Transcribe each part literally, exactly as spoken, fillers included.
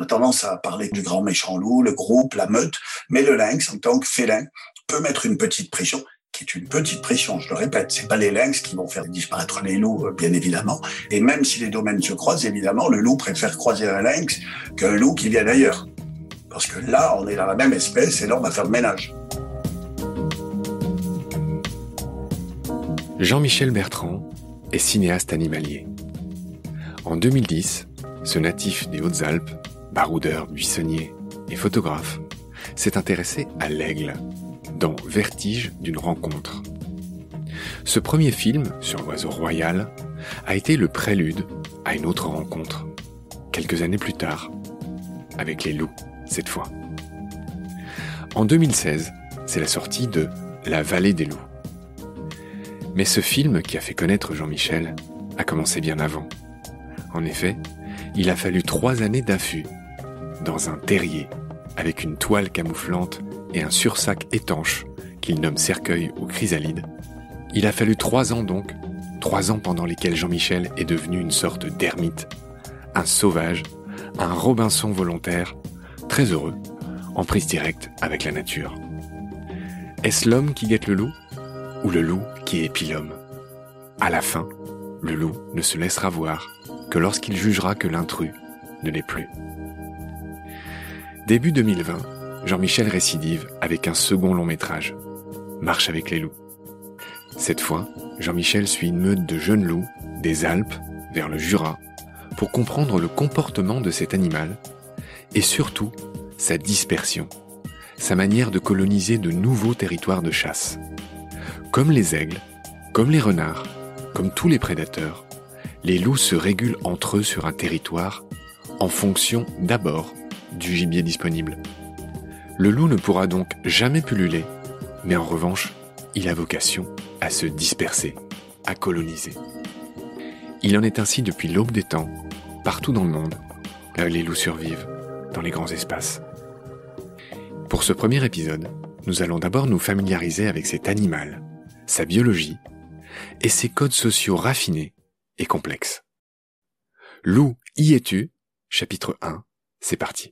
tendance à parler du grand méchant loup, le groupe, la meute, mais le lynx, en tant que félin, peut mettre une petite pression, qui est une petite pression, je le répète. C'est pas les lynx qui vont faire disparaître les loups, bien évidemment. Et même si les domaines se croisent, évidemment, le loup préfère croiser un lynx qu'un loup qui vient d'ailleurs. Parce que là, on est dans la même espèce et là, on va faire le ménage. Jean-Michel Bertrand est cinéaste animalier. En deux mille dix, ce natif des Hautes-Alpes, baroudeur, buissonnier et photographe, s'est intéressé à l'aigle, dans Vertige d'une rencontre. Ce premier film sur l'oiseau royal a été le prélude à une autre rencontre, quelques années plus tard, avec les loups, cette fois. En deux mille seize, c'est la sortie de La Vallée des loups. Mais ce film qui a fait connaître Jean-Michel a commencé bien avant. En effet, il a fallu trois années d'affût, dans un terrier, avec une toile camouflante et un sursac étanche qu'il nomme cercueil ou chrysalide. Il a fallu trois ans donc, trois ans pendant lesquels Jean-Michel est devenu une sorte d'ermite, un sauvage, un Robinson volontaire, très heureux, en prise directe avec la nature. Est-ce l'homme qui guette le loup, ou le loup qui épie l'homme? À la fin, le loup ne se laissera voir que lorsqu'il jugera que l'intrus ne l'est plus. Début deux mille vingt, Jean-Michel récidive avec un second long métrage, Marche avec les loups. Cette fois, Jean-Michel suit une meute de jeunes loups des Alpes vers le Jura pour comprendre le comportement de cet animal et surtout sa dispersion, sa manière de coloniser de nouveaux territoires de chasse. Comme les aigles, comme les renards, comme tous les prédateurs, les loups se régulent entre eux sur un territoire en fonction d'abord du gibier disponible. Le loup ne pourra donc jamais pulluler, mais en revanche, il a vocation à se disperser, à coloniser. Il en est ainsi depuis l'aube des temps, partout dans le monde, là où les loups survivent, dans les grands espaces. Pour ce premier épisode, nous allons d'abord nous familiariser avec cet animal, sa biologie et ses codes sociaux raffinés et complexes. Loup, y es-tu? Chapitre un, c'est parti.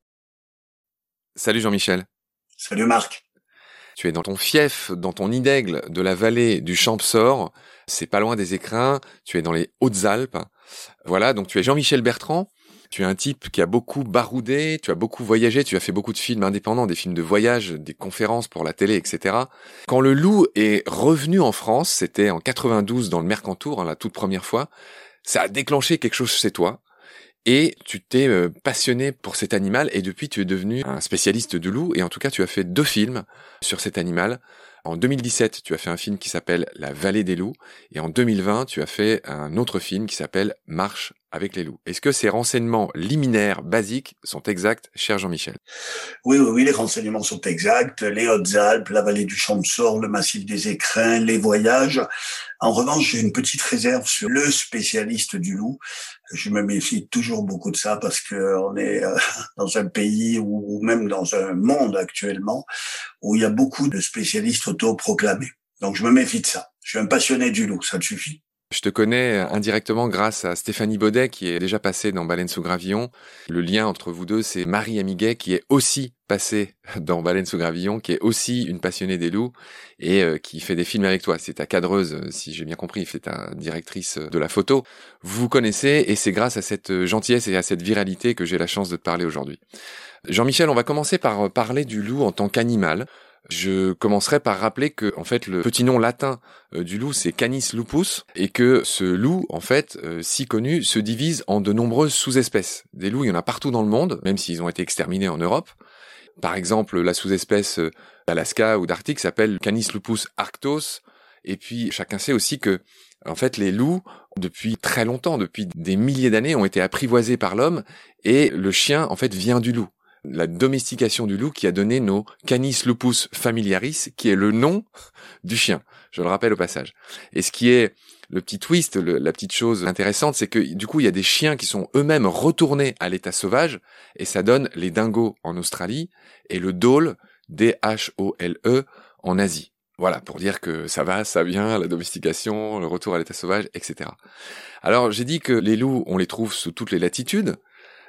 Salut Jean-Michel. Salut Marc. Tu es dans ton fief, dans ton nid d'aigle de la vallée du Champsaur. C'est pas loin des Écrins. Tu es dans les Hautes-Alpes. Voilà, donc tu es Jean-Michel Bertrand. Tu es un type qui a beaucoup baroudé, tu as beaucoup voyagé, tu as fait beaucoup de films indépendants, des films de voyage, des conférences pour la télé, et cetera. Quand le loup est revenu en France, c'était en quatre-vingt-douze dans le Mercantour, hein, la toute première fois, ça a déclenché quelque chose chez toi. Et tu t'es euh, passionné pour cet animal et depuis tu es devenu un spécialiste du loup et en tout cas tu as fait deux films sur cet animal. En deux mille dix-sept, tu as fait un film qui s'appelle La Vallée des loups et en deux mille vingt, tu as fait un autre film qui s'appelle Marche avec les loups. Est-ce que ces renseignements liminaires basiques sont exacts, cher Jean-Michel? Oui, oui, oui, les renseignements sont exacts. Les Hautes-Alpes, la vallée du Champsaur, le massif des Écrins, les voyages. En revanche, j'ai une petite réserve sur le spécialiste du loup. Je me méfie toujours beaucoup de ça parce que on est dans un pays ou même dans un monde actuellement où il y a beaucoup de spécialistes autoproclamés. Donc je me méfie de ça. Je suis un passionné du loup, ça te suffit. Je te connais indirectement grâce à Stéphanie Baudet qui est déjà passée dans Baleine sous gravillon. Le lien entre vous deux, c'est Marie Amiguet qui est aussi passée dans Baleine sous gravillon, qui est aussi une passionnée des loups et euh, qui fait des films avec toi. C'est ta cadreuse, si j'ai bien compris, c'est ta directrice de la photo. Vous vous connaissez et c'est grâce à cette gentillesse et à cette viralité que j'ai la chance de te parler aujourd'hui. Jean-Michel, on va commencer par parler du loup en tant qu'animal. Je commencerai par rappeler que, en fait, le petit nom latin euh, du loup, c'est Canis lupus, et que ce loup, en fait, euh, si connu, se divise en de nombreuses sous-espèces. Des loups, il y en a partout dans le monde, même s'ils ont été exterminés en Europe. Par exemple, la sous-espèce euh, d'Alaska ou d'Arctique s'appelle Canis lupus arctos, et puis chacun sait aussi que, en fait, les loups, depuis très longtemps, depuis des milliers d'années, ont été apprivoisés par l'homme, et le chien, en fait, vient du loup. La domestication du loup qui a donné nos Canis lupus familiaris, qui est le nom du chien. Je le rappelle au passage. Et ce qui est le petit twist, le, la petite chose intéressante, c'est que du coup, il y a des chiens qui sont eux-mêmes retournés à l'état sauvage, et ça donne les dingos en Australie, et le dhole, D H O L E, en Asie. Voilà, pour dire que ça va, ça vient, la domestication, le retour à l'état sauvage, et cetera. Alors, j'ai dit que les loups, on les trouve sous toutes les latitudes.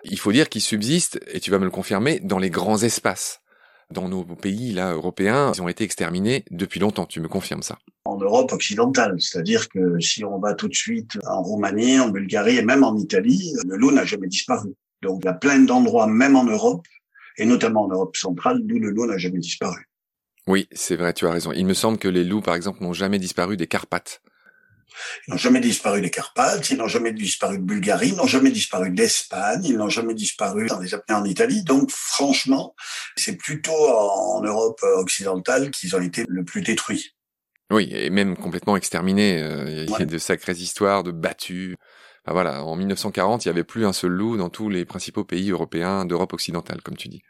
Il faut dire qu'ils subsistent, et tu vas me le confirmer, dans les grands espaces. Dans nos pays là européens, ils ont été exterminés depuis longtemps, tu me confirmes ça? En Europe occidentale, c'est-à-dire que si on va tout de suite en Roumanie, en Bulgarie et même en Italie, le loup n'a jamais disparu. Donc il y a plein d'endroits, même en Europe, et notamment en Europe centrale, d'où le loup n'a jamais disparu. Oui, c'est vrai, tu as raison. Il me semble que les loups, par exemple, n'ont jamais disparu des Carpates. Ils n'ont jamais disparu des Carpates, ils n'ont jamais disparu de Bulgarie, ils n'ont jamais disparu d'Espagne, ils n'ont jamais disparu dans les apnées en Italie. Donc, franchement, c'est plutôt en Europe occidentale qu'ils ont été le plus détruits. Oui, et même complètement exterminés. Euh, il y a Ouais. de sacrées histoires, de battues. Enfin, voilà, en mille neuf cent quarante, il n'y avait plus un seul loup dans tous les principaux pays européens d'Europe occidentale, comme tu dis.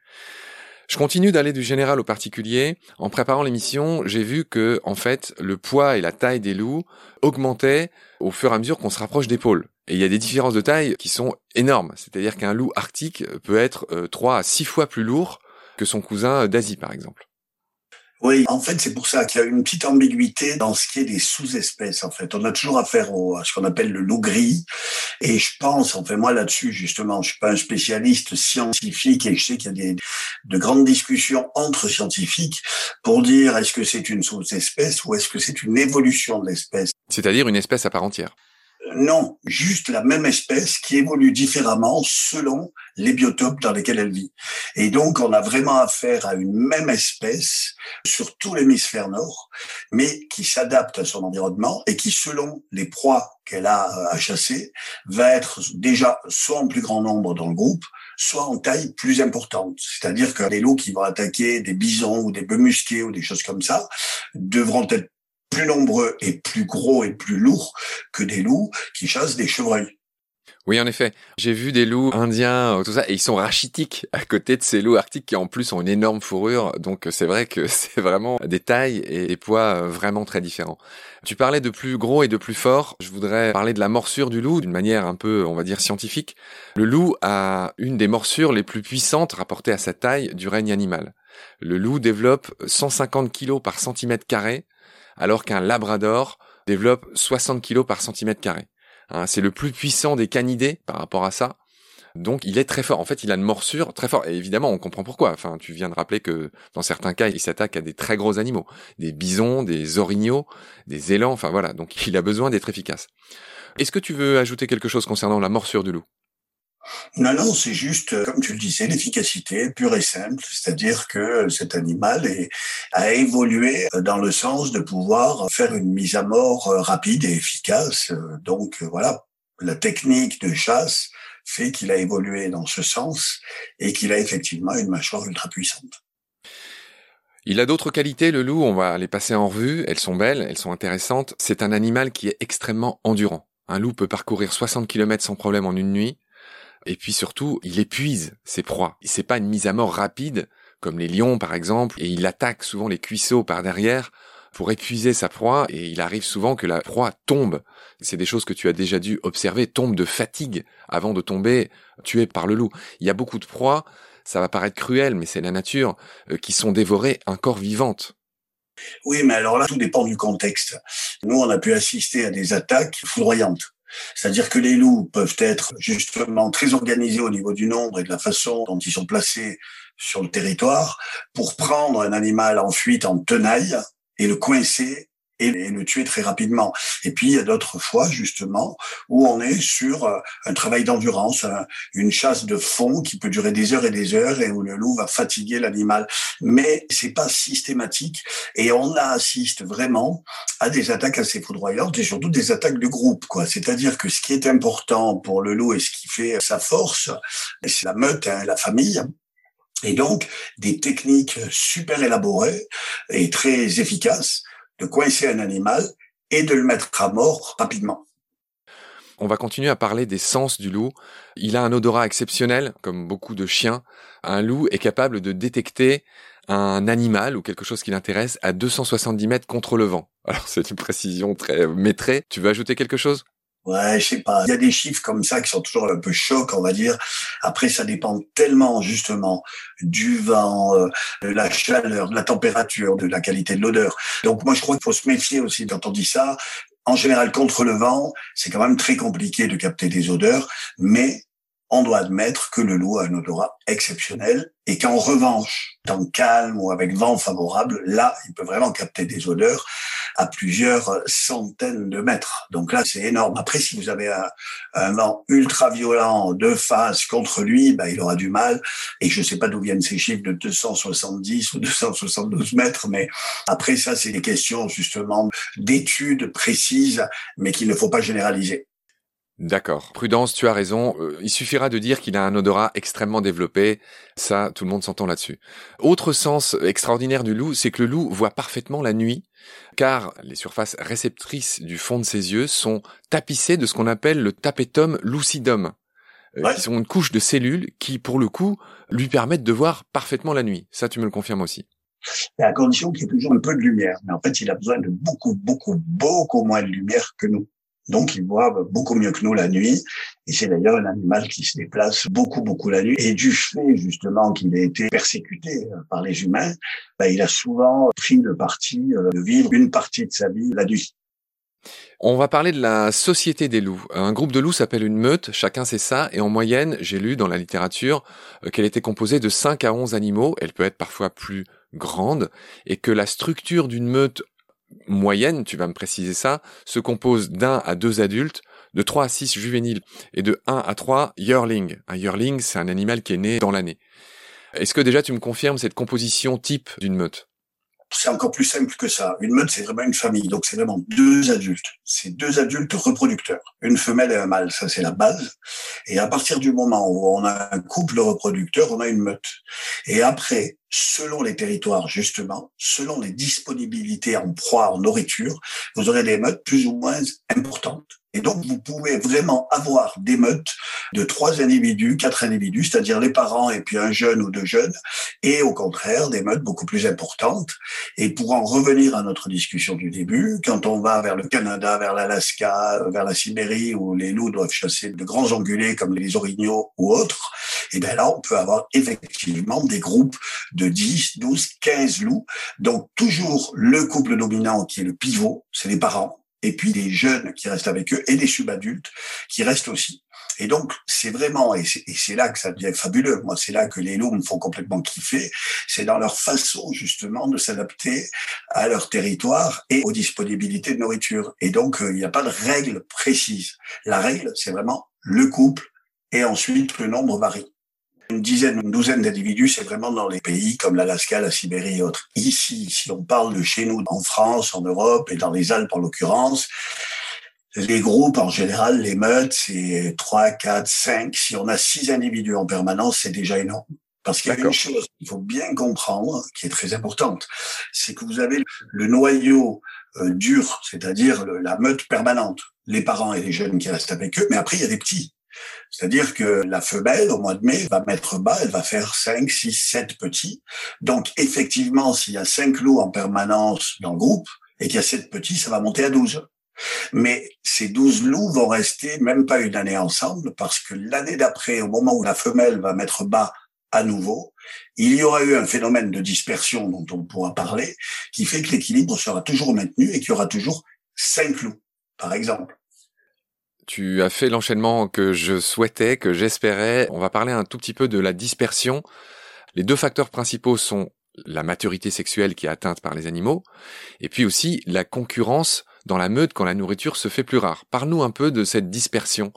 Je continue d'aller du général au particulier. En préparant l'émission, j'ai vu que, en fait, le poids et la taille des loups augmentaient au fur et à mesure qu'on se rapproche des pôles. Et il y a des différences de taille qui sont énormes. C'est-à-dire qu'un loup arctique peut être euh, trois à six fois plus lourd que son cousin d'Asie, par exemple. Oui, en fait, c'est pour ça qu'il y a une petite ambiguïté dans ce qui est des sous-espèces, en fait. On a toujours affaire au, à ce qu'on appelle le loup gris. Et je pense, enfin, moi, là-dessus, justement, je suis pas un spécialiste scientifique et je sais qu'il y a des, de grandes discussions entre scientifiques pour dire est-ce que c'est une sous-espèce ou est-ce que c'est une évolution de l'espèce. C'est-à-dire une espèce à part entière. Non, juste la même espèce qui évolue différemment selon les biotopes dans lesquels elle vit. Et donc, on a vraiment affaire à une même espèce sur tout l'hémisphère nord, mais qui s'adapte à son environnement et qui, selon les proies qu'elle a à chasser, va être déjà soit en plus grand nombre dans le groupe, soit en taille plus importante. C'est-à-dire que les loups qui vont attaquer des bisons ou des bœufs musqués ou des choses comme ça devront être plus nombreux et plus gros et plus lourds que des loups qui chassent des chevreuils. Oui, en effet. J'ai vu des loups indiens, tout ça, et ils sont rachitiques à côté de ces loups arctiques qui en plus ont une énorme fourrure. Donc c'est vrai que c'est vraiment des tailles et des poids vraiment très différents. Tu parlais de plus gros et de plus fort. Je voudrais parler de la morsure du loup d'une manière un peu, on va dire, scientifique. Le loup a une des morsures les plus puissantes rapportées à sa taille du règne animal. Le loup développe cent cinquante kilos par centimètre carré, alors qu'un labrador développe soixante kilos par centimètre carré. Hein, c'est le plus puissant des canidés par rapport à ça. Donc il est très fort. En fait, il a une morsure très forte. Et évidemment, on comprend pourquoi. Enfin, tu viens de rappeler que dans certains cas, il s'attaque à des très gros animaux. Des bisons, des orignaux, des élans. Enfin voilà, donc il a besoin d'être efficace. Est-ce que tu veux ajouter quelque chose concernant la morsure du loup ? Non, non, c'est juste, comme tu le disais, l'efficacité pure et simple, c'est-à-dire que cet animal est, a évolué dans le sens de pouvoir faire une mise à mort rapide et efficace. Donc voilà, la technique de chasse fait qu'il a évolué dans ce sens et qu'il a effectivement une mâchoire ultra puissante. Il a d'autres qualités, le loup, on va les passer en revue, elles sont belles, elles sont intéressantes. C'est un animal qui est extrêmement endurant. Un loup peut parcourir soixante kilomètres sans problème en une nuit. Et puis surtout, il épuise ses proies. C'est pas une mise à mort rapide, comme les lions par exemple, et il attaque souvent les cuisseaux par derrière pour épuiser sa proie, et il arrive souvent que la proie tombe. C'est des choses que tu as déjà dû observer, tombe de fatigue avant de tomber tuée par le loup. Il y a beaucoup de proies, ça va paraître cruel, mais c'est la nature, euh, qui sont dévorées encore vivantes. Oui, mais alors là, tout dépend du contexte. Nous, on a pu assister à des attaques foudroyantes. C'est-à-dire que les loups peuvent être justement très organisés au niveau du nombre et de la façon dont ils sont placés sur le territoire pour prendre un animal en fuite en tenaille et le coincer et le tuer très rapidement. Et puis, il y a d'autres fois, justement, où on est sur un travail d'endurance, une chasse de fond qui peut durer des heures et des heures et où le loup va fatiguer l'animal. Mais c'est pas systématique et on assiste vraiment à des attaques assez foudroyantes et surtout des attaques de groupe, quoi. C'est-à-dire que ce qui est important pour le loup et ce qui fait sa force, c'est la meute, hein, la famille. Et donc, des techniques super élaborées et très efficaces de coincer un animal et de le mettre à mort rapidement. On va continuer à parler des sens du loup. Il a un odorat exceptionnel, comme beaucoup de chiens. Un loup est capable de détecter un animal ou quelque chose qui l'intéresse à deux cent soixante-dix mètres contre le vent. Alors c'est une précision très métrée. Tu veux ajouter quelque chose ? Ouais, je sais pas. Il y a des chiffres comme ça qui sont toujours un peu chocs, on va dire. Après, ça dépend tellement, justement, du vent, euh, de la chaleur, de la température, de la qualité de l'odeur. Donc, moi, je crois qu'il faut se méfier aussi quand on dit ça. En général, contre le vent, c'est quand même très compliqué de capter des odeurs, mais on doit admettre que le loup a un odorat exceptionnel et qu'en revanche, temps calme ou avec vent favorable, là, il peut vraiment capter des odeurs à plusieurs centaines de mètres. Donc là, c'est énorme. Après, si vous avez un, un vent ultra violent de face contre lui, bah, il aura du mal. Et je ne sais pas d'où viennent ces chiffres de deux cent soixante-dix ou deux cent soixante-douze mètres, mais après ça, c'est des questions justement d'études précises, mais qu'il ne faut pas généraliser. D'accord. Prudence, tu as raison. Euh, il suffira de dire qu'il a un odorat extrêmement développé. Ça, tout le monde s'entend là-dessus. Autre sens extraordinaire du loup, c'est que le loup voit parfaitement la nuit, car les surfaces réceptrices du fond de ses yeux sont tapissées de ce qu'on appelle le tapetum lucidum, euh, Ouais. qui sont une couche de cellules qui, pour le coup, lui permettent de voir parfaitement la nuit. Ça, tu me le confirmes aussi. Et à condition qu'il y ait toujours un peu de lumière. Mais en fait, il a besoin de beaucoup, beaucoup, beaucoup moins de lumière que nous. Donc, il voit beaucoup mieux que nous la nuit. Et c'est d'ailleurs un animal qui se déplace beaucoup, beaucoup la nuit. Et du fait, justement, qu'il a été persécuté par les humains, ben, il a souvent pris le parti de vivre une partie de sa vie la nuit. On va parler de la société des loups. Un groupe de loups s'appelle une meute, chacun sait ça, et en moyenne, j'ai lu dans la littérature qu'elle était composée de cinq à onze animaux, elle peut être parfois plus grande, et que la structure d'une meute moyenne, tu vas me préciser ça, se compose d'un à deux adultes, de trois à six juvéniles, et de un à trois yearlings. Un yearling, c'est un animal qui est né dans l'année. Est-ce que déjà tu me confirmes cette composition type d'une meute ? C'est encore plus simple que ça. Une meute, c'est vraiment une famille. Donc, c'est vraiment deux adultes. C'est deux adultes reproducteurs. Une femelle et un mâle. Ça, c'est la base. Et à partir du moment où on a un couple reproducteur, on a une meute. Et après, selon les territoires, justement, selon les disponibilités en proie, en nourriture, vous aurez des meutes plus ou moins importantes. Et donc, vous pouvez vraiment avoir des meutes de trois individus, quatre individus, c'est-à-dire les parents et puis un jeune ou deux jeunes, et au contraire, des meutes beaucoup plus importantes. Et pour en revenir à notre discussion du début, quand on va vers le Canada, vers l'Alaska, vers la Sibérie, où les loups doivent chasser de grands ongulés comme les orignaux ou autres, et bien là, on peut avoir effectivement des groupes de dix, douze, quinze loups. Donc, toujours le couple dominant qui est le pivot, c'est les parents. Et puis des jeunes qui restent avec eux et des subadultes qui restent aussi. Et donc, c'est vraiment, et c'est, et c'est là que ça devient fabuleux. Moi, c'est là que les loups me font complètement kiffer. C'est dans leur façon, justement, de s'adapter à leur territoire et aux disponibilités de nourriture. Et donc, il n'y a pas de règle précise. La règle, c'est vraiment le couple et ensuite le nombre varie. Une dizaine, une douzaine d'individus, c'est vraiment dans les pays comme l'Alaska, la Sibérie et autres. Ici, si on parle de chez nous, en France, en Europe et dans les Alpes en l'occurrence, les groupes, en général, les meutes, c'est trois, quatre, cinq. Si on a six individus en permanence, c'est déjà énorme. Parce qu'il y a D'accord. une chose qu'il faut bien comprendre, qui est très importante, c'est que vous avez le noyau euh, dur, c'est-à-dire le, la meute permanente, les parents et les jeunes qui restent avec eux, mais après, il y a des petits. C'est-à-dire que la femelle, au mois de mai, va mettre bas, elle va faire cinq, six, sept petits. Donc, effectivement, s'il y a cinq loups en permanence dans le groupe et qu'il y a sept petits, ça va monter à douze. Mais ces douze loups vont rester même pas une année ensemble parce que l'année d'après, au moment où la femelle va mettre bas à nouveau, il y aura eu un phénomène de dispersion dont on pourra parler qui fait que l'équilibre sera toujours maintenu et qu'il y aura toujours cinq loups, par exemple. Tu as fait l'enchaînement que je souhaitais, que j'espérais. On va parler un tout petit peu de la dispersion. Les deux facteurs principaux sont la maturité sexuelle qui est atteinte par les animaux, et puis aussi la concurrence dans la meute quand la nourriture se fait plus rare. Parle-nous un peu de cette dispersion.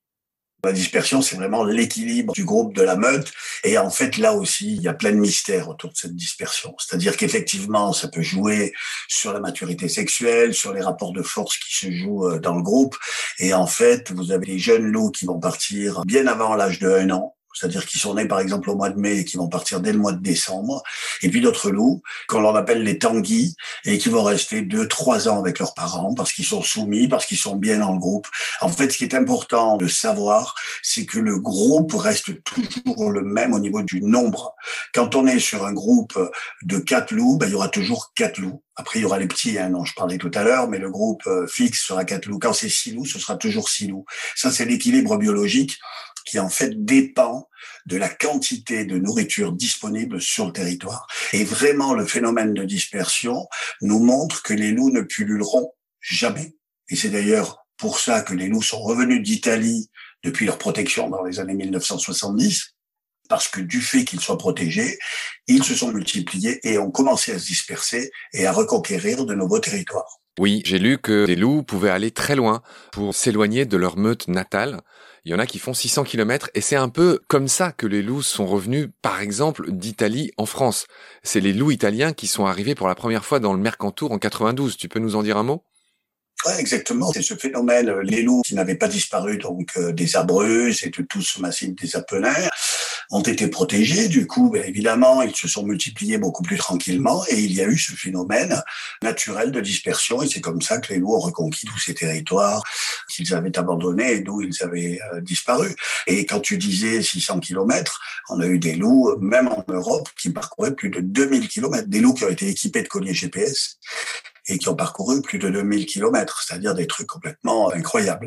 La dispersion, c'est vraiment l'équilibre du groupe de la meute. Et en fait, là aussi, il y a plein de mystères autour de cette dispersion. C'est-à-dire qu'effectivement, ça peut jouer sur la maturité sexuelle, sur les rapports de force qui se jouent dans le groupe. Et en fait, vous avez des jeunes loups qui vont partir bien avant l'âge de un an. C'est-à-dire qui sont nés par exemple au mois de mai et qui vont partir dès le mois de décembre, et puis d'autres loups qu'on l'on appelle les tanguis et qui vont rester deux, trois ans avec leurs parents parce qu'ils sont soumis, parce qu'ils sont bien dans le groupe. En fait, ce qui est important de savoir, c'est que le groupe reste toujours le même au niveau du nombre. Quand on est sur un groupe de quatre loups, ben, il y aura toujours quatre loups. Après, il y aura les petits, hein, dont je parlais tout à l'heure, mais le groupe fixe sera quatre loups. Quand c'est six loups, ce sera toujours six loups. Ça, c'est l'équilibre biologique qui en fait dépend de la quantité de nourriture disponible sur le territoire. Et vraiment, le phénomène de dispersion nous montre que les loups ne pulluleront jamais. Et c'est d'ailleurs pour ça que les loups sont revenus d'Italie depuis leur protection dans les années mille neuf cent soixante-dix, parce que du fait qu'ils soient protégés, ils se sont multipliés et ont commencé à se disperser et à reconquérir de nouveaux territoires. Oui, j'ai lu que des loups pouvaient aller très loin pour s'éloigner de leur meute natale. Il y en a qui font six cents kilomètres et c'est un peu comme ça que les loups sont revenus, par exemple, d'Italie en France. C'est les loups italiens qui sont arrivés pour la première fois dans le Mercantour en quatre-vingt-douze. Tu peux nous en dire un mot ? Ouais, exactement. C'est ce phénomène, les loups qui n'avaient pas disparu donc euh, des Abruzzes et de tout ce massif des Apennins ont été protégés. Du coup, bien évidemment, ils se sont multipliés beaucoup plus tranquillement et il y a eu ce phénomène naturel de dispersion et c'est comme ça que les loups ont reconquis tous ces territoires qu'ils avaient abandonnés et d'où ils avaient euh, disparu. Et quand tu disais six cents kilomètres, on a eu des loups, même en Europe, qui parcouraient plus de deux mille kilomètres. Des loups qui ont été équipés de colliers G P S et qui ont parcouru plus de deux mille kilomètres, c'est-à-dire des trucs complètement incroyables.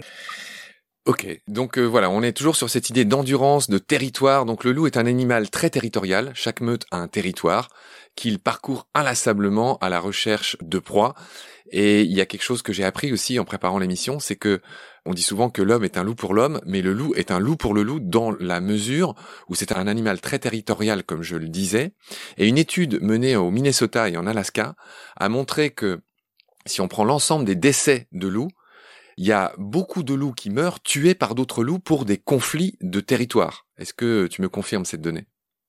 Ok, donc euh, voilà, on est toujours sur cette idée d'endurance, de territoire. Donc le loup est un animal très territorial, chaque meute a un territoire qu'il parcourt inlassablement à la recherche de proies. Et il y a quelque chose que j'ai appris aussi en préparant l'émission, c'est que on dit souvent que l'homme est un loup pour l'homme, mais le loup est un loup pour le loup dans la mesure où c'est un animal très territorial, comme je le disais. Et une étude menée au Minnesota et en Alaska a montré que si on prend l'ensemble des décès de loups, il y a beaucoup de loups qui meurent tués par d'autres loups pour des conflits de territoire. Est-ce que tu me confirmes cette donnée ?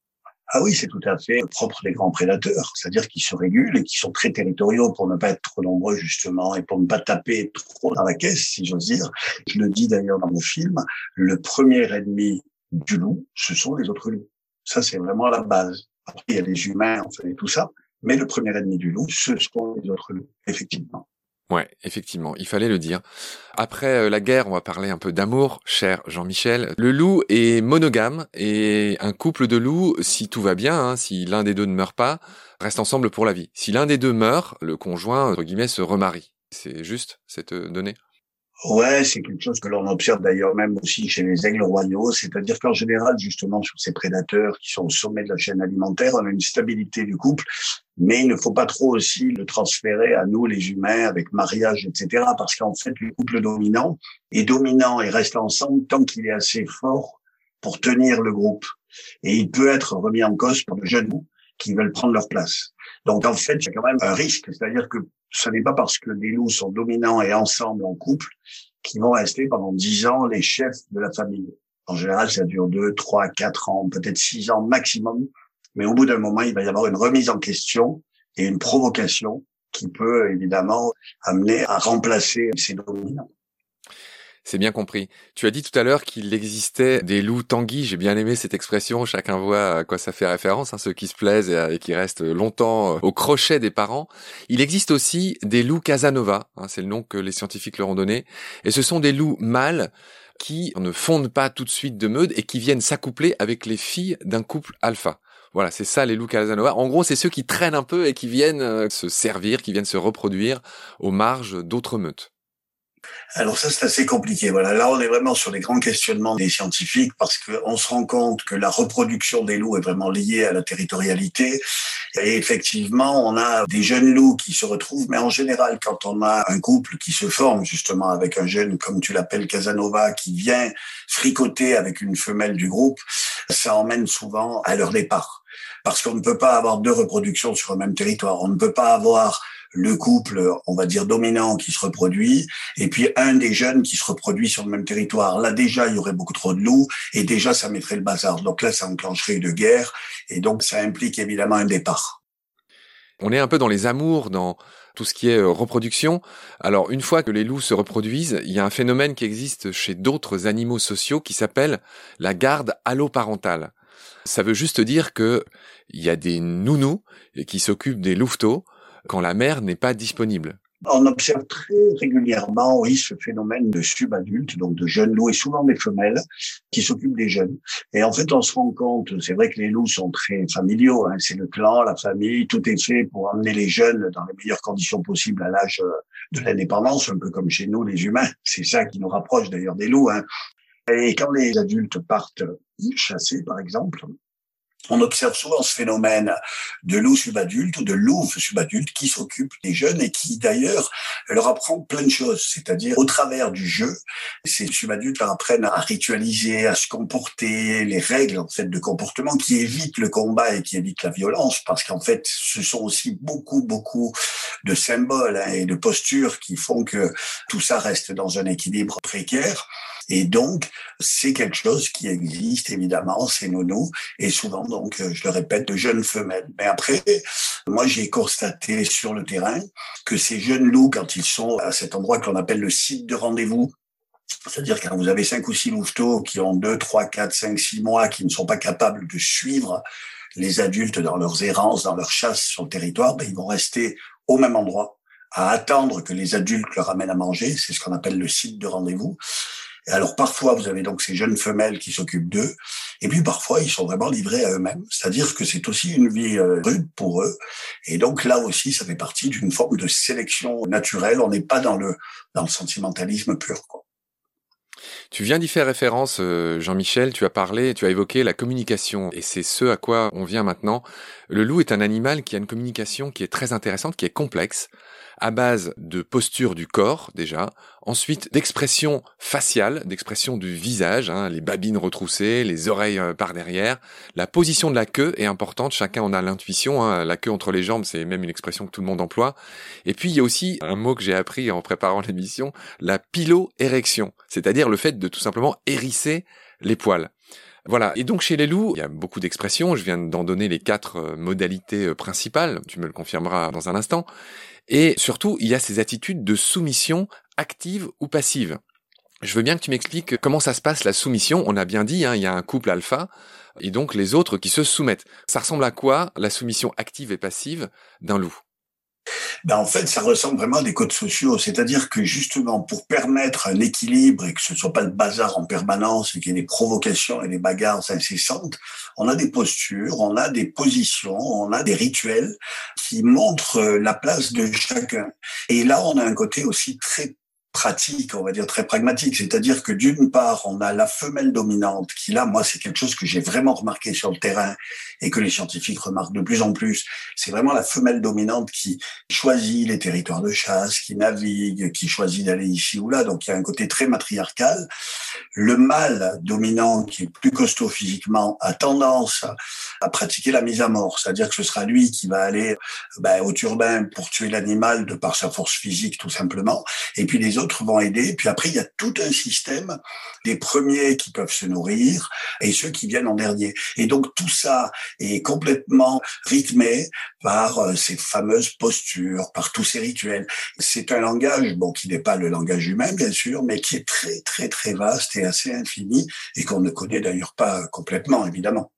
Ah oui, c'est tout à fait propre des grands prédateurs, c'est-à-dire qu'ils se régulent et qui sont très territoriaux pour ne pas être trop nombreux justement et pour ne pas taper trop dans la caisse, si j'ose dire. Je le dis d'ailleurs dans mon film, le premier ennemi du loup, ce sont les autres loups. Ça, c'est vraiment la base. Après, il y a les humains, enfin, et tout ça, mais le premier ennemi du loup, ce sont les autres loups, effectivement. Ouais, effectivement, il fallait le dire. Après euh, la guerre, on va parler un peu d'amour, cher Jean-Michel. Le loup est monogame et un couple de loups, si tout va bien, hein, si l'un des deux ne meurt pas, reste ensemble pour la vie. Si l'un des deux meurt, le conjoint, entre guillemets, se remarie. C'est juste cette euh, donnée ? Ouais, c'est quelque chose que l'on observe d'ailleurs même aussi chez les aigles royaux, c'est-à-dire qu'en général, justement, sur ces prédateurs qui sont au sommet de la chaîne alimentaire, on a une stabilité du couple, mais il ne faut pas trop aussi le transférer à nous, les humains, avec mariage, et cetera, parce qu'en fait, le couple dominant est dominant et reste ensemble tant qu'il est assez fort pour tenir le groupe. Et il peut être remis en cause par de jeunes loups qui veulent prendre leur place. Donc en fait, il y a quand même un risque, c'est-à-dire que ce n'est pas parce que des loups sont dominants et ensemble en couple qu'ils vont rester pendant dix ans les chefs de la famille. En général, ça dure deux, trois, quatre ans, peut-être six ans maximum. Mais au bout d'un moment, il va y avoir une remise en question et une provocation qui peut évidemment amener à remplacer ces dominants. C'est bien compris. Tu as dit tout à l'heure qu'il existait des loups tanguis. J'ai bien aimé cette expression. Chacun voit à quoi ça fait référence, hein, ceux qui se plaisent et, et qui restent longtemps au crochet des parents. Il existe aussi des loups Casanova, hein, c'est le nom que les scientifiques leur ont donné. Et ce sont des loups mâles qui ne fondent pas tout de suite de meute et qui viennent s'accoupler avec les filles d'un couple alpha. Voilà, c'est ça les loups Casanova. En gros, c'est ceux qui traînent un peu et qui viennent euh, se servir, qui viennent se reproduire aux marges d'autres meutes. Alors ça, c'est assez compliqué. Voilà, là, on est vraiment sur les grands questionnements des scientifiques parce qu'on se rend compte que la reproduction des loups est vraiment liée à la territorialité. Et effectivement, on a des jeunes loups qui se retrouvent, mais en général, quand on a un couple qui se forme justement avec un jeune, comme tu l'appelles, Casanova, qui vient fricoter avec une femelle du groupe, ça emmène souvent à leur départ. Parce qu'on ne peut pas avoir deux reproductions sur un même territoire. On ne peut pas avoir le couple, on va dire, dominant qui se reproduit, et puis un des jeunes qui se reproduit sur le même territoire. Là, déjà, il y aurait beaucoup trop de loups, et déjà, ça mettrait le bazar. Donc là, ça enclencherait une guerre, et donc ça implique évidemment un départ. On est un peu dans les amours, dans tout ce qui est reproduction. Alors, une fois que les loups se reproduisent, il y a un phénomène qui existe chez d'autres animaux sociaux qui s'appelle la garde alloparentale. Ça veut juste dire que il y a des nounous qui s'occupent des louveteaux quand la mère n'est pas disponible. On observe très régulièrement, oui, ce phénomène de subadultes, donc de jeunes loups, et souvent des femelles, qui s'occupent des jeunes. Et en fait, on se rend compte, c'est vrai que les loups sont très familiaux, hein, c'est le clan, la famille, tout est fait pour amener les jeunes dans les meilleures conditions possibles à l'âge de l'indépendance, un peu comme chez nous, les humains. C'est ça qui nous rapproche d'ailleurs des loups, hein. Et quand les adultes partent chasser, par exemple, On observe souvent ce phénomène de loup subadulte ou de louve subadulte qui s'occupe des jeunes et qui d'ailleurs leur apprend plein de choses, c'est-à-dire au travers du jeu, ces subadultes leur apprennent à ritualiser, à se comporter, les règles en fait de comportement qui évitent le combat et qui évitent la violence, parce qu'en fait ce sont aussi beaucoup beaucoup de symboles hein, et de postures qui font que tout ça reste dans un équilibre précaire. Et donc, c'est quelque chose qui existe, évidemment, c'est nono, et souvent, donc, je le répète, de jeunes femelles. Mais après, moi, j'ai constaté sur le terrain que ces jeunes loups, quand ils sont à cet endroit que l'on appelle le site de rendez-vous, c'est-à-dire quand vous avez cinq ou six louveteaux qui ont deux, trois, quatre, cinq, six mois, qui ne sont pas capables de suivre les adultes dans leurs errances, dans leurs chasses sur le territoire, ben, ils vont rester au même endroit, à attendre que les adultes leur amènent à manger. C'est ce qu'on appelle le site de rendez-vous. Et alors parfois, vous avez donc ces jeunes femelles qui s'occupent d'eux, et puis parfois, ils sont vraiment livrés à eux-mêmes. C'est-à-dire que c'est aussi une vie euh, rude pour eux. Et donc là aussi, ça fait partie d'une forme de sélection naturelle. On n'est pas dans le dans le sentimentalisme pur, quoi. Tu viens d'y faire référence, euh, Jean-Michel, tu as parlé, tu as évoqué la communication, et c'est ce à quoi on vient maintenant. Le loup est un animal qui a une communication qui est très intéressante, qui est complexe, à base de posture du corps, déjà, ensuite d'expression faciale, d'expression du visage, hein, les babines retroussées, les oreilles euh, par derrière, la position de la queue est importante, chacun en a l'intuition, hein, la queue entre les jambes, c'est même une expression que tout le monde emploie, et puis il y a aussi un mot que j'ai appris en préparant l'émission, la piloérection, c'est-à-dire le fait de tout simplement hérisser les poils. Voilà. Et donc, chez les loups, il y a beaucoup d'expressions. Je viens d'en donner les quatre euh, modalités euh, principales. Tu me le confirmeras dans un instant. Et surtout, il y a ces attitudes de soumission active ou passive. Je veux bien que tu m'expliques comment ça se passe, la soumission. On a bien dit, hein, il y a un couple alpha et donc les autres qui se soumettent. Ça ressemble à quoi, la soumission active et passive d'un loup ? Ben en fait, ça ressemble vraiment à des codes sociaux. C'est-à-dire que justement, pour permettre un équilibre et que ce ne soit pas le bazar en permanence et qu'il y ait des provocations et des bagarres incessantes, on a des postures, on a des positions, on a des rituels qui montrent la place de chacun. Et là, on a un côté aussi très pratique, on va dire très pragmatique, c'est-à-dire que d'une part, on a la femelle dominante qui là, moi, c'est quelque chose que j'ai vraiment remarqué sur le terrain et que les scientifiques remarquent de plus en plus. C'est vraiment la femelle dominante qui choisit les territoires de chasse, qui navigue, qui choisit d'aller ici ou là. Donc, il y a un côté très matriarcal. Le mâle dominant, qui est plus costaud physiquement, a tendance à pratiquer la mise à mort, c'est-à-dire que ce sera lui qui va aller ben, au turbin pour tuer l'animal de par sa force physique, tout simplement. Et puis les autres vont aider. Puis après, il y a tout un système des premiers qui peuvent se nourrir et ceux qui viennent en dernier. Et donc, tout ça est complètement rythmé par euh, ces fameuses postures, par tous ces rituels. C'est un langage, bon, qui n'est pas le langage humain, bien sûr, mais qui est très, très, très vaste et assez infini et qu'on ne connaît d'ailleurs pas complètement, évidemment.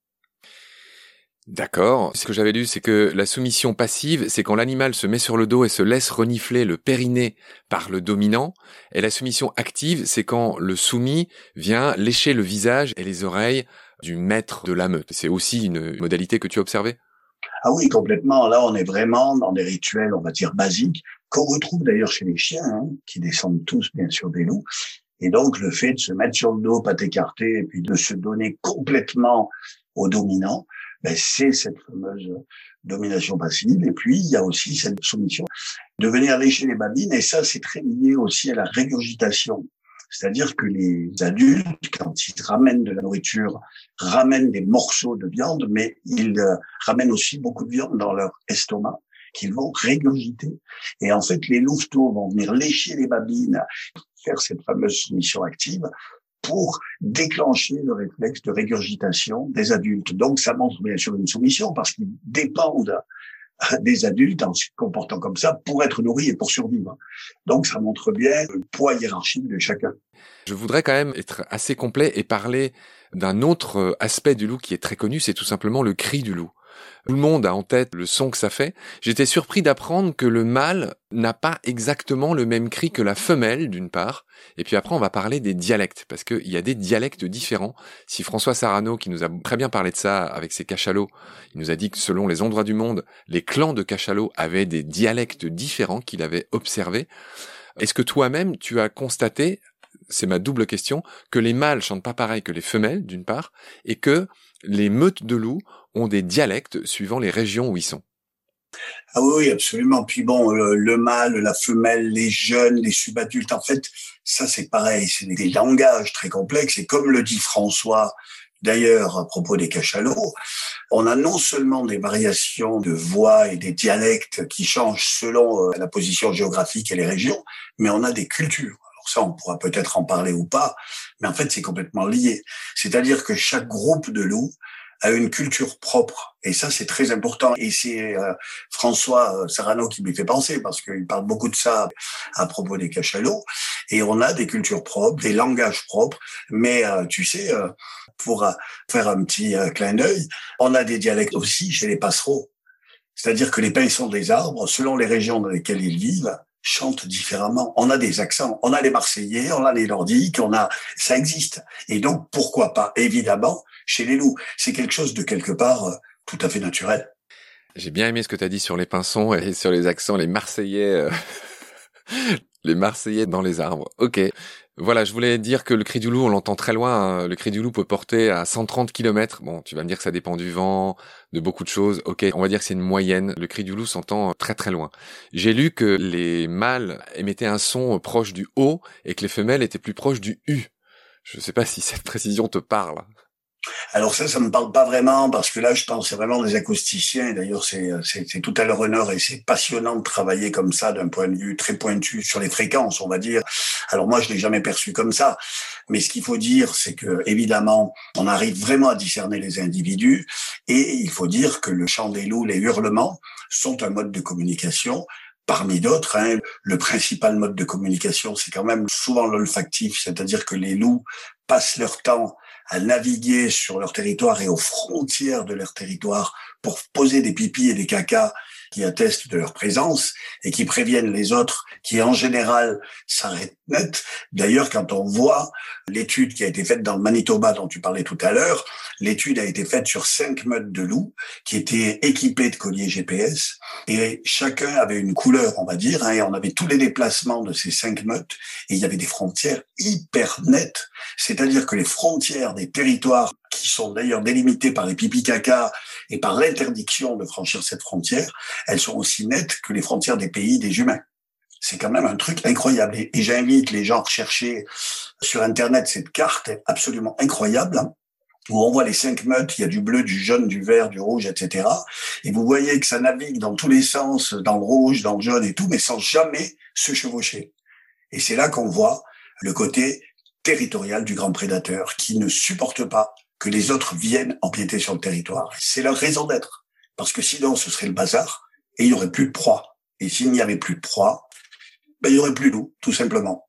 D'accord. Ce que j'avais lu, c'est que la soumission passive, c'est quand l'animal se met sur le dos et se laisse renifler le périnée par le dominant. Et la soumission active, c'est quand le soumis vient lécher le visage et les oreilles du maître de la meute. C'est aussi une modalité que tu as observée ? Ah oui, complètement. Là, on est vraiment dans des rituels, on va dire, basiques, qu'on retrouve d'ailleurs chez les chiens, hein, qui descendent tous, bien sûr, des loups. Et donc, le fait de se mettre sur le dos, pattes écartées, et puis de se donner complètement au dominant, ben, c'est cette fameuse domination passive. Et puis, il y a aussi cette soumission de venir lécher les babines. Et ça, c'est très lié aussi à la régurgitation. C'est-à-dire que les adultes, quand ils ramènent de la nourriture, ramènent des morceaux de viande, mais ils euh, ramènent aussi beaucoup de viande dans leur estomac qu'ils vont régurgiter. Et en fait, les louveteaux vont venir lécher les babines, faire cette fameuse soumission active, pour déclencher le réflexe de régurgitation des adultes. Donc, ça montre bien sûr une soumission parce qu'ils dépendent des adultes en se comportant comme ça pour être nourris et pour survivre. Donc, ça montre bien le poids hiérarchique de chacun. Je voudrais quand même être assez complet et parler d'un autre aspect du loup qui est très connu, c'est tout simplement le cri du loup. Tout le monde a en tête le son que ça fait. J'étais surpris d'apprendre que le mâle n'a pas exactement le même cri que la femelle, d'une part. Et puis après, on va parler des dialectes, parce qu'il y a des dialectes différents. Si François Sarano, qui nous a très bien parlé de ça avec ses cachalots, il nous a dit que selon les endroits du monde, les clans de cachalots avaient des dialectes différents qu'il avait observés. Est-ce que toi-même, tu as constaté, c'est ma double question, que les mâles chantent pas pareil que les femelles, d'une part, et que les meutes de loups ont des dialectes suivant les régions où ils sont. Ah oui, oui, absolument. Puis bon, le, le mâle, la femelle, les jeunes, les subadultes, en fait, ça c'est pareil, c'est des langages très complexes. Et comme le dit François, d'ailleurs, à propos des cachalots, on a non seulement des variations de voix et des dialectes qui changent selon la position géographique et les régions, mais on a des cultures. Alors ça, on pourra peut-être en parler ou pas, mais en fait, c'est complètement lié. C'est-à-dire que chaque groupe de loups a une culture propre. Et ça, c'est très important. Et c'est euh, François Sarano qui m'y fait penser, parce qu'il parle beaucoup de ça à propos des cachalots. Et on a des cultures propres, des langages propres. Mais euh, tu sais, euh, pour euh, faire un petit euh, clin d'œil, on a des dialectes aussi chez les passereaux. C'est-à-dire que les paysans des arbres, selon les régions dans lesquelles ils vivent, chantent différemment. On a des accents, on a les Marseillais, on a les Nordiques, on a, ça existe. Et donc, pourquoi pas, évidemment, chez les loups. C'est quelque chose de quelque part euh, tout à fait naturel. J'ai bien aimé ce que tu as dit sur les pinsons et sur les accents, les Marseillais, euh... les Marseillais dans les arbres. Ok. Voilà, je voulais dire que le cri du loup, on l'entend très loin. Hein. Le cri du loup peut porter à cent trente kilomètres. Bon, tu vas me dire que ça dépend du vent, de beaucoup de choses. Ok, on va dire que c'est une moyenne. Le cri du loup s'entend très très loin. J'ai lu que les mâles émettaient un son proche du O et que les femelles étaient plus proches du U. Je ne sais pas si cette précision te parle. Alors ça, ça me parle pas vraiment, parce que là, je pense c'est vraiment des acousticiens. Et d'ailleurs, c'est, c'est, c'est tout à leur honneur, et c'est passionnant de travailler comme ça d'un point de vue très pointu sur les fréquences, on va dire. Alors moi, je l'ai jamais perçu comme ça. Mais ce qu'il faut dire, c'est que, évidemment, on arrive vraiment à discerner les individus, et il faut dire que le chant des loups, les hurlements, sont un mode de communication. Parmi d'autres, hein, le principal mode de communication, c'est quand même souvent l'olfactif, c'est-à-dire que les loups passent leur temps à naviguer sur leur territoire et aux frontières de leur territoire pour poser des pipis et des cacas qui attestent de leur présence et qui préviennent les autres qui, en général, s'arrêtent net. D'ailleurs, quand on voit l'étude qui a été faite dans le Manitoba dont tu parlais tout à l'heure, l'étude a été faite sur cinq meutes de loups qui étaient équipés de colliers G P S et chacun avait une couleur, on va dire, hein, et on avait tous les déplacements de ces cinq meutes et il y avait des frontières hyper nettes. C'est-à-dire que les frontières des territoires qui sont d'ailleurs délimités par les pipi caca et par l'interdiction de franchir cette frontière, elles sont aussi nettes que les frontières des pays des humains. C'est quand même un truc incroyable. Et, et j'invite les gens à rechercher sur Internet cette carte absolument incroyable, hein, où on voit les cinq meutes, il y a du bleu, du jaune, du vert, du rouge, et cetera. Et vous voyez que ça navigue dans tous les sens, dans le rouge, dans le jaune et tout, mais sans jamais se chevaucher. Et c'est là qu'on voit le côté territorial du grand prédateur, qui ne supporte pas que les autres viennent empiéter sur le territoire. C'est leur raison d'être. Parce que sinon, ce serait le bazar, et il n'y aurait plus de proie. Et s'il n'y avait plus de proie, ben, il n'y aurait plus de loups, tout simplement.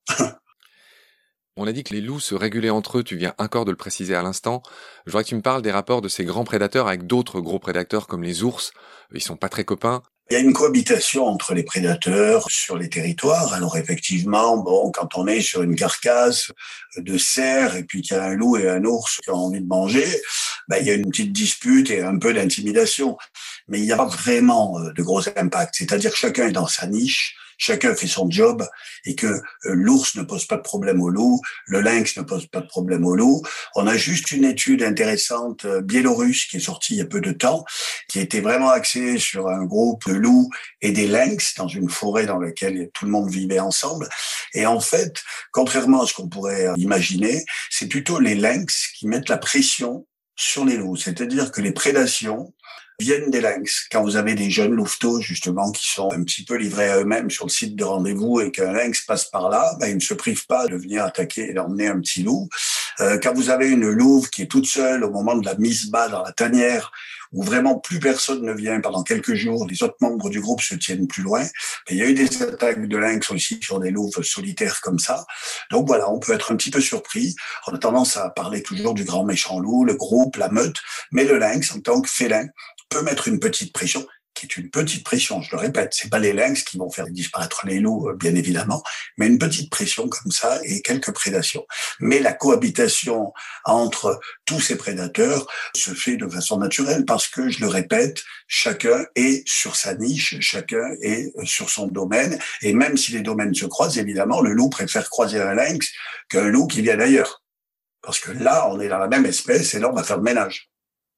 On a dit que les loups se régulaient entre eux, tu viens encore de le préciser à l'instant. Je voudrais que tu me parles des rapports de ces grands prédateurs avec d'autres gros prédateurs comme les ours. Ils sont pas très copains. Il y a une cohabitation entre les prédateurs sur les territoires. Alors effectivement, bon, quand on est sur une carcasse de cerf et puis qu'il y a un loup et un ours qui ont envie de manger, ben, il y a une petite dispute et un peu d'intimidation. Mais il n'y a pas vraiment de gros impacts. C'est-à-dire que chacun est dans sa niche, chacun fait son job et que euh, l'ours ne pose pas de problème au loup, le lynx ne pose pas de problème au loup. On a juste une étude intéressante euh, biélorusse qui est sortie il y a peu de temps, qui était vraiment axée sur un groupe de loups et des lynx dans une forêt dans laquelle tout le monde vivait ensemble. Et en fait, contrairement à ce qu'on pourrait imaginer, c'est plutôt les lynx qui mettent la pression sur les loups. C'est-à-dire que les prédations viennent des lynx. Quand vous avez des jeunes louveteaux, justement, qui sont un petit peu livrés à eux-mêmes sur le site de rendez-vous et qu'un lynx passe par là, ben, ils ne se privent pas de venir attaquer et d'emmener un petit loup. Euh, quand vous avez une louve qui est toute seule au moment de la mise bas dans la tanière, où vraiment plus personne ne vient pendant quelques jours, les autres membres du groupe se tiennent plus loin. Il y a eu des attaques de lynx aussi sur des louves solitaires comme ça. Donc voilà, on peut être un petit peu surpris. On a tendance à parler toujours du grand méchant loup, le groupe, la meute, mais le lynx, en tant que félin, peut mettre une petite pression, qui est une petite pression, je le répète, c'est pas les lynx qui vont faire disparaître les loups, bien évidemment, mais une petite pression comme ça et quelques prédations. Mais la cohabitation entre tous ces prédateurs se fait de façon naturelle parce que, je le répète, chacun est sur sa niche, chacun est sur son domaine, et même si les domaines se croisent, évidemment, le loup préfère croiser un lynx qu'un loup qui vient d'ailleurs. Parce que là, on est dans la même espèce et là, on va faire le ménage.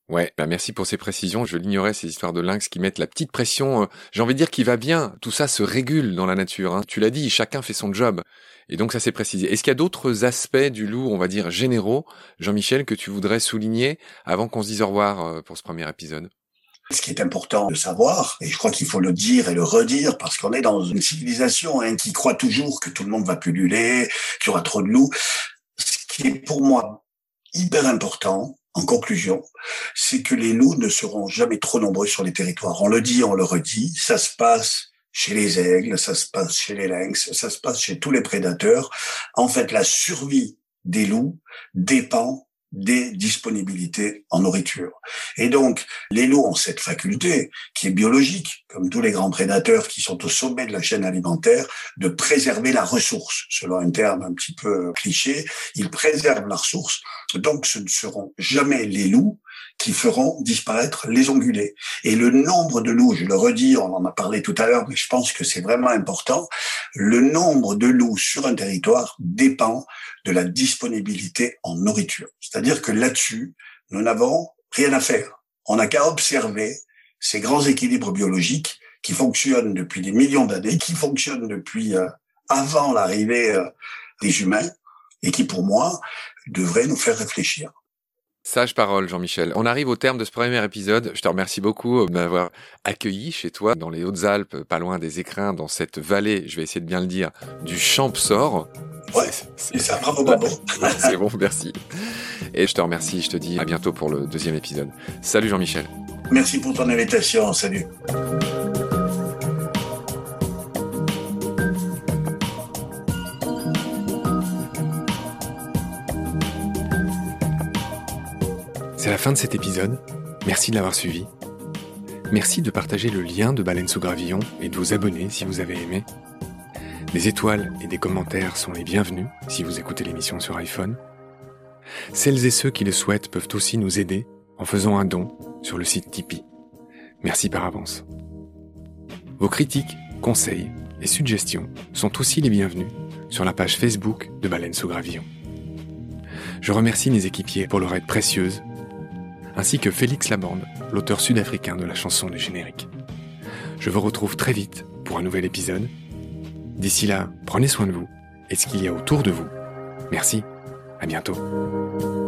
Ouais, bah merci pour ces précisions. Je l'ignorais, ces histoires de lynx qui mettent la petite pression, euh, j'ai envie de dire qui va bien. Tout ça se régule dans la nature, hein. Tu l'as dit, chacun fait son job. Et donc ça s'est précisé. Est-ce qu'il y a d'autres aspects du loup, on va dire généraux, Jean-Michel, que tu voudrais souligner avant qu'on se dise au revoir euh, pour ce premier épisode? Ce qui est important de savoir, et je crois qu'il faut le dire et le redire, parce qu'on est dans une civilisation hein, qui croit toujours que tout le monde va pulluler, qu'il y aura trop de loups. Ce qui est pour moi hyper important, en conclusion, c'est que les loups ne seront jamais trop nombreux sur les territoires. On le dit, on le redit, ça se passe chez les aigles, ça se passe chez les lynx, ça se passe chez tous les prédateurs. En fait, la survie des loups dépend des disponibilités en nourriture. Et donc, les loups ont cette faculté, qui est biologique, comme tous les grands prédateurs qui sont au sommet de la chaîne alimentaire, de préserver la ressource. Selon un terme un petit peu cliché, ils préservent la ressource. Donc, ce ne seront jamais les loups qui feront disparaître les ongulés. Et le nombre de loups, je le redis, on en a parlé tout à l'heure, mais je pense que c'est vraiment important, le nombre de loups sur un territoire dépend de la disponibilité en nourriture. C'est-à-dire que là-dessus, nous n'avons rien à faire. On n'a qu'à observer ces grands équilibres biologiques qui fonctionnent depuis des millions d'années, qui fonctionnent depuis euh, avant l'arrivée euh, des humains et qui, pour moi, devraient nous faire réfléchir. Sage parole, Jean-Michel. On arrive au terme de ce premier épisode. Je te remercie beaucoup de m'avoir accueilli chez toi, dans les Hautes-Alpes, pas loin des Écrins, dans cette vallée, je vais essayer de bien le dire, du Champsaur. Ouais, c'est ça, bravo, bravo. C'est bon, merci. Et je te remercie, je te dis à bientôt pour le deuxième épisode. Salut Jean-Michel. Merci pour ton invitation, salut. C'est la fin de cet épisode. Merci de l'avoir suivi. Merci de partager le lien de Baleine sous Gravillon et de vous abonner si vous avez aimé. Des étoiles et des commentaires sont les bienvenus si vous écoutez l'émission sur iPhone. Celles et ceux qui le souhaitent peuvent aussi nous aider en faisant un don sur le site Tipeee. Merci par avance. Vos critiques, conseils et suggestions sont aussi les bienvenus sur la page Facebook de Baleine sous Gravillon. Je remercie mes équipiers pour leur aide précieuse, ainsi que Félix Laborde, l'auteur sud-africain de la chanson du générique. Je vous retrouve très vite pour un nouvel épisode. D'ici là, prenez soin de vous et de ce qu'il y a autour de vous. Merci, à bientôt.